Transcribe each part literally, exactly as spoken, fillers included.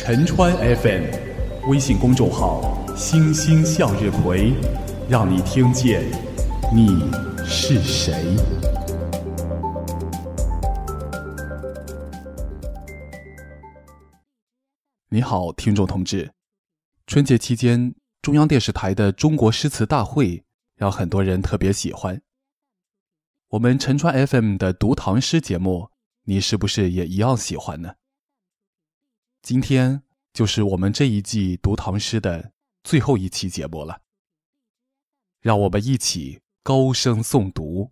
陈川 F M 微信公众号星星向日葵，让你听见你是谁。你好，听众同志，春节期间中央电视台的中国诗词大会让很多人特别喜欢。我们陈川 F M 的读唐诗节目，你是不是也一样喜欢呢？今天就是我们这一季读唐诗的最后一期节目了，让我们一起高声诵读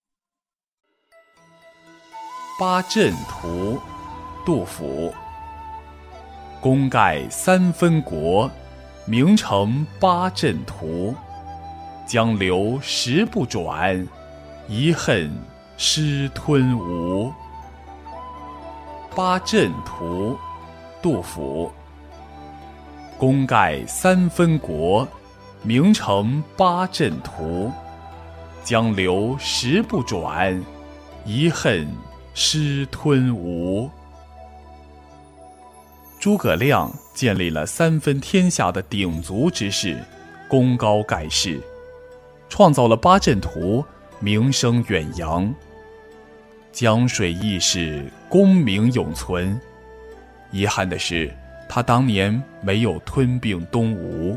《八阵图》，杜甫。功盖三分国，名成八阵图。江流石不转，遗恨失吞吴。八阵图，杜甫。功盖三分国，名成八阵图。江流石不转，遗恨失吞吴。诸葛亮建立了三分天下的鼎足之势，功高盖世，创造了八阵图，名声远扬。江水易逝，功名永存。遗憾的是，他当年没有吞并东吴。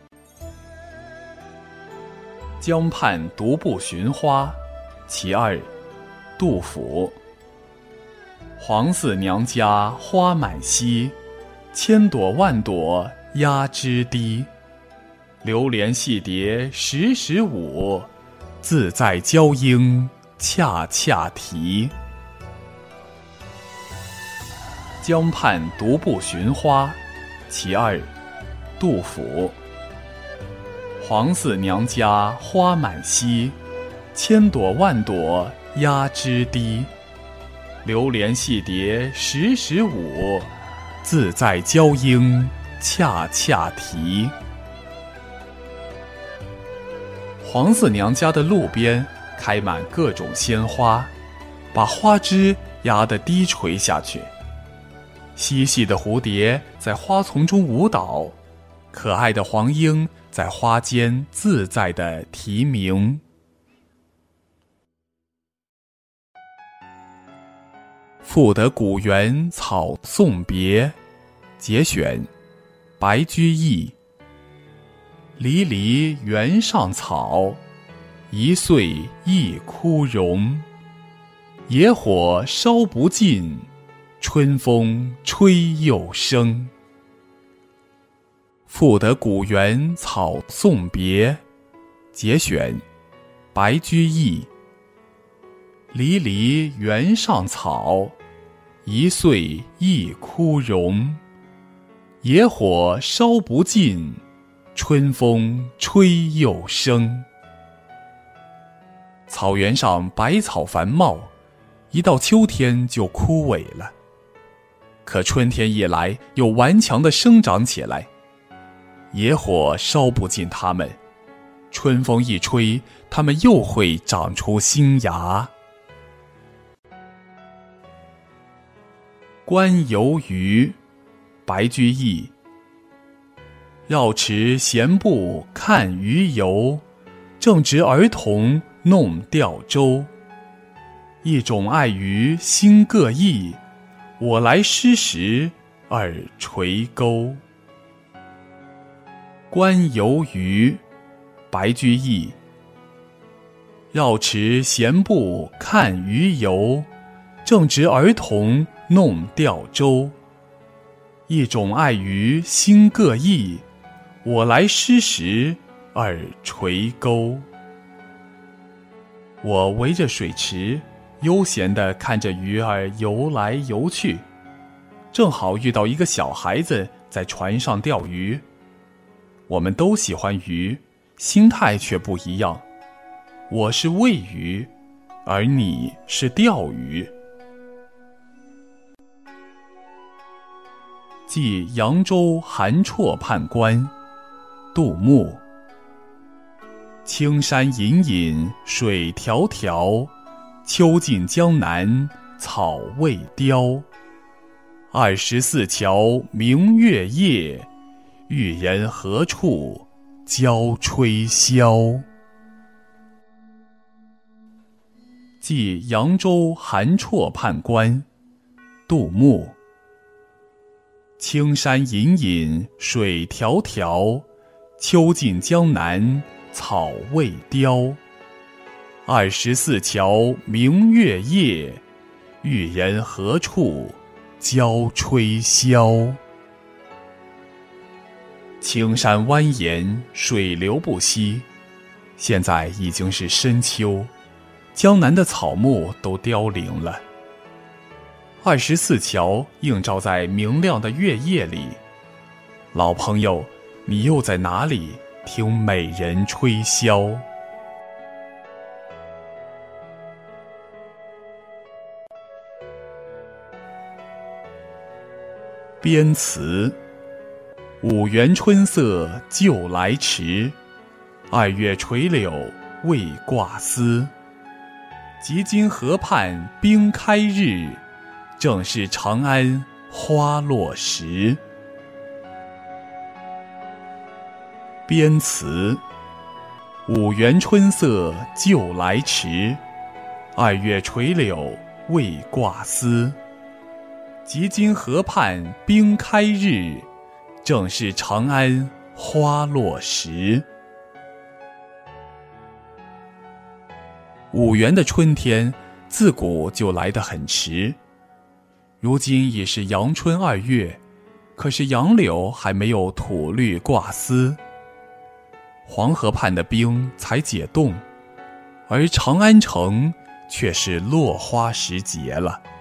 江畔独步寻花，其二，杜甫。黄四娘家花满蹊，千朵万朵压枝低。流连戏蝶时时舞，自在娇莺恰恰啼。江畔独步寻花，其二，杜甫。黄四娘家花满蹊，千朵万朵压枝低。流连戏蝶时时舞，自在娇莺恰恰啼。黄四娘家的路边开满各种鲜花，把花枝压得低垂下去。嬉戏的蝴蝶在花丛中舞蹈，可爱的黄莺在花间自在地啼鸣。赋得古原草送别，节选，白居易。离离原上草，一岁一枯荣。野火烧不尽，春风吹又生。赋得古原草送别，节选，白居易。离离原上草，一岁一枯荣。野火烧不尽，春风吹又生。草原上百草繁茂，一到秋天就枯萎了。可春天一来，又顽强地生长起来。野火烧不尽它们，春风一吹，它们又会长出新芽。观游鱼，白居易。绕池闲步看鱼游，正值儿童弄钓舟。一种爱鱼心各异，我来失时耳垂钩。观游鱼，白居易。绕池闲步看鱼游，正值儿童弄钓舟。一种爱鱼心各异，我来失时耳垂钩。我围着水池，悠闲地看着鱼儿游来游去，正好遇到一个小孩子在船上钓鱼。我们都喜欢鱼，心态却不一样。我是喂鱼，而你是钓鱼。记扬州韩绰判官，杜牧。青山隐隐水迢迢，秋尽江南草未凋。 二十四桥明月夜，玉人何处教吹箫。记扬州韩绰判官，杜牧。青山隐隐水迢迢，秋尽江南草未凋。二十四桥明月夜，玉人何处教吹箫。青山蜿蜒，水流不息，现在已经是深秋，江南的草木都凋零了。二十四桥映照在明亮的月夜里，老朋友，你又在哪里听美人吹箫？边词：五原春色旧来迟，二月垂柳未挂丝。及今河畔冰开日，正是长安花落时。边词：五原春色旧来迟，二月垂柳未挂丝。及今河畔冰开日，正是长安花落时。五原的春天自古就来得很迟，如今已是阳春二月，可是杨柳还没有吐绿挂丝。黄河畔的冰才解冻，而长安城却是落花时节了。